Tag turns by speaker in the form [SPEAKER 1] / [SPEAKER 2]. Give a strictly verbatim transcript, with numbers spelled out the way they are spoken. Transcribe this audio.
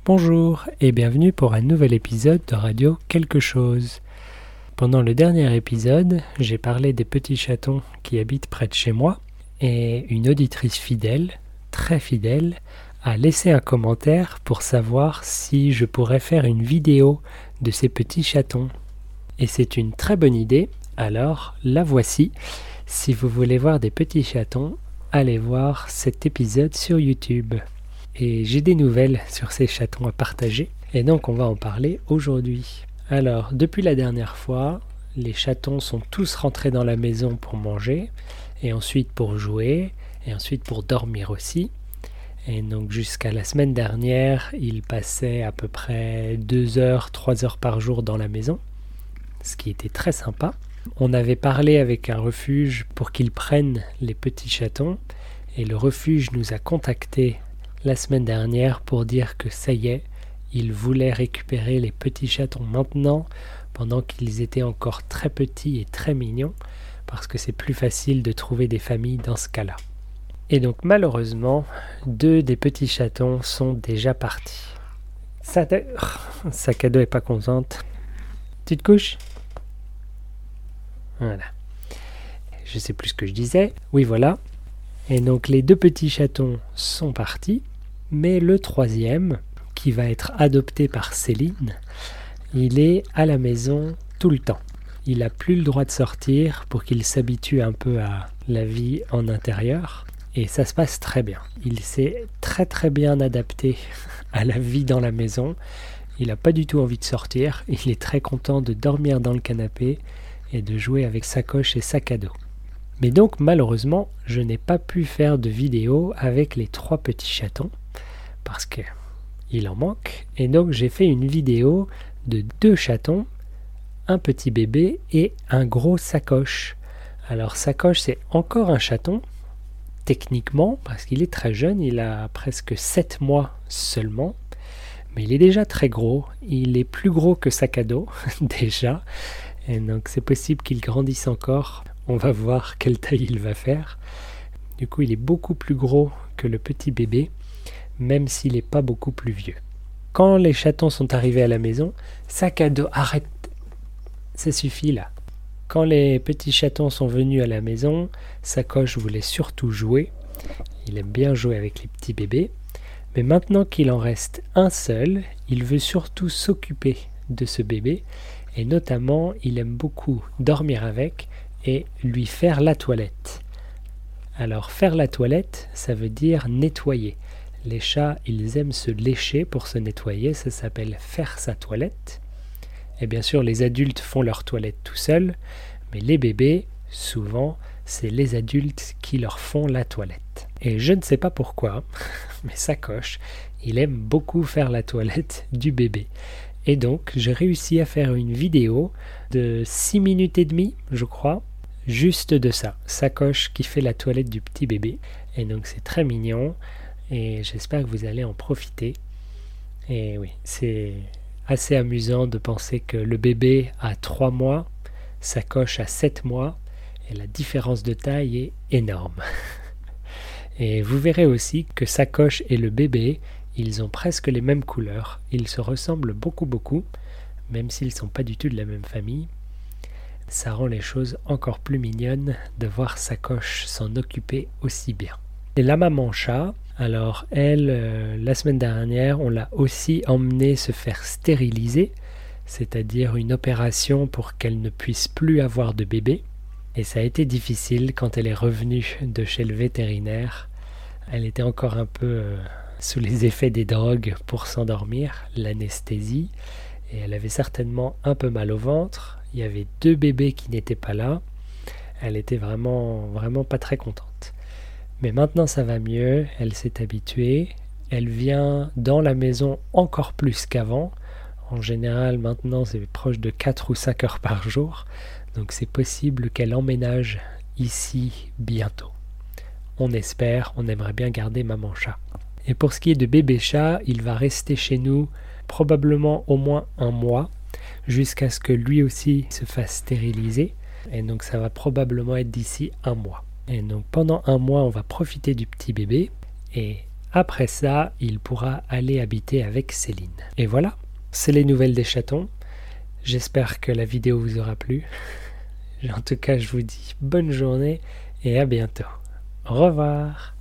[SPEAKER 1] Bonjour et bienvenue pour un nouvel épisode de Radio Quelque chose. Pendant le dernier épisode, j'ai parlé des petits chatons qui habitent près de chez moi et une auditrice fidèle, très fidèle, a laissé un commentaire pour savoir si je pourrais faire une vidéo de ces petits chatons. Et c'est une très bonne idée, alors la voici. Si vous voulez voir des petits chatons, allez voir cet épisode sur YouTube. Et j'ai des nouvelles sur ces chatons à partager, et donc on va en parler aujourd'hui. Alors, depuis la dernière fois, les chatons sont tous rentrés dans la maison pour manger, et ensuite pour jouer, et ensuite pour dormir aussi. Et donc jusqu'à la semaine dernière, ils passaient à peu près deux heures, trois heures par jour dans la maison, ce qui était très sympa. On avait parlé avec un refuge pour qu'ils prennent les petits chatons, et le refuge nous a contactés la semaine dernière pour dire que ça y est, ils voulaient récupérer les petits chatons maintenant, pendant qu'ils étaient encore très petits et très mignons, parce que c'est plus facile de trouver des familles dans ce cas-là. Et donc malheureusement, deux des petits chatons sont déjà partis. Sade... Sakado est pas contente. Tu te couches ? Voilà. Je sais plus ce que je disais. Oui, voilà. Et donc les deux petits chatons sont partis, mais le troisième, qui va être adopté par Céline, il est à la maison tout le temps. Il n'a plus le droit de sortir pour qu'il s'habitue un peu à la vie en intérieur, et ça se passe très bien. Il s'est très très bien adapté à la vie dans la maison. Il n'a pas du tout envie de sortir, il est très content de dormir dans le canapé et de jouer avec sacoche et sac à dos. Mais donc malheureusement, je n'ai pas pu faire de vidéo avec les trois petits chatons parce que il en manque. Et donc j'ai fait une vidéo de deux chatons, un petit bébé et un gros sacoche. Alors sacoche, c'est encore un chaton, techniquement, parce qu'il est très jeune, il a presque sept mois seulement, mais il est déjà très gros, il est plus gros que sac à dos déjà, et donc c'est possible qu'il grandisse encore. On va voir quelle taille il va faire. Du coup, il est beaucoup plus gros que le petit bébé, même s'il n'est pas beaucoup plus vieux. Quand les chatons sont arrivés à la maison, sac à dos, arrête, ça suffit là. Quand les petits chatons sont venus à la maison, Sacoche voulait surtout jouer. Il aime bien jouer avec les petits bébés. Mais maintenant qu'il en reste un seul, il veut surtout s'occuper de ce bébé. Et notamment, il aime beaucoup dormir avec et lui faire la toilette. Alors faire la toilette, ça veut dire nettoyer. Les chats, ils aiment se lécher pour se nettoyer, ça s'appelle faire sa toilette. Et bien sûr, les adultes font leur toilette tout seuls, mais les bébés, souvent, c'est les adultes qui leur font la toilette. Et je ne sais pas pourquoi, mais Sacoche, il aime beaucoup faire la toilette du bébé. Et donc, j'ai réussi à faire une vidéo de six minutes et demie, je crois, juste de ça. Sacoche qui fait la toilette du petit bébé. Et donc, c'est très mignon. Et j'espère que vous allez en profiter. Et oui, c'est assez amusant de penser que le bébé a trois mois, Sacoche a sept mois, et la différence de taille est énorme. Et vous verrez aussi que Sacoche et le bébé, ils ont presque les mêmes couleurs. Ils se ressemblent beaucoup beaucoup, même s'ils ne sont pas du tout de la même famille. Ça rend les choses encore plus mignonnes de voir Sacoche s'en occuper aussi bien. Et la maman chat, alors elle, euh, la semaine dernière, on l'a aussi emmenée se faire stériliser, c'est-à-dire une opération pour qu'elle ne puisse plus avoir de bébé. Et ça a été difficile quand elle est revenue de chez le vétérinaire. Elle était encore un peu euh, sous les effets des drogues pour s'endormir, l'anesthésie, et elle avait certainement un peu mal au ventre. Il y avait deux bébés qui n'étaient pas là. Elle était vraiment, vraiment pas très contente. Mais maintenant ça va mieux, elle s'est habituée. Elle vient dans la maison encore plus qu'avant. En général, maintenant, c'est proche de quatre ou cinq heures par jour. Donc c'est possible qu'elle emménage ici bientôt. On espère, on aimerait bien garder maman chat. Et pour ce qui est de bébé chat, il va rester chez nous probablement au moins un mois, jusqu'à ce que lui aussi se fasse stériliser. Et donc ça va probablement être d'ici un mois. Et donc pendant un mois, on va profiter du petit bébé. Et Après ça, il pourra aller habiter avec Céline. Et voilà, c'est les nouvelles des chatons. J'espère que la vidéo vous aura plu. En tout cas, je vous dis bonne journée et à bientôt. Au revoir.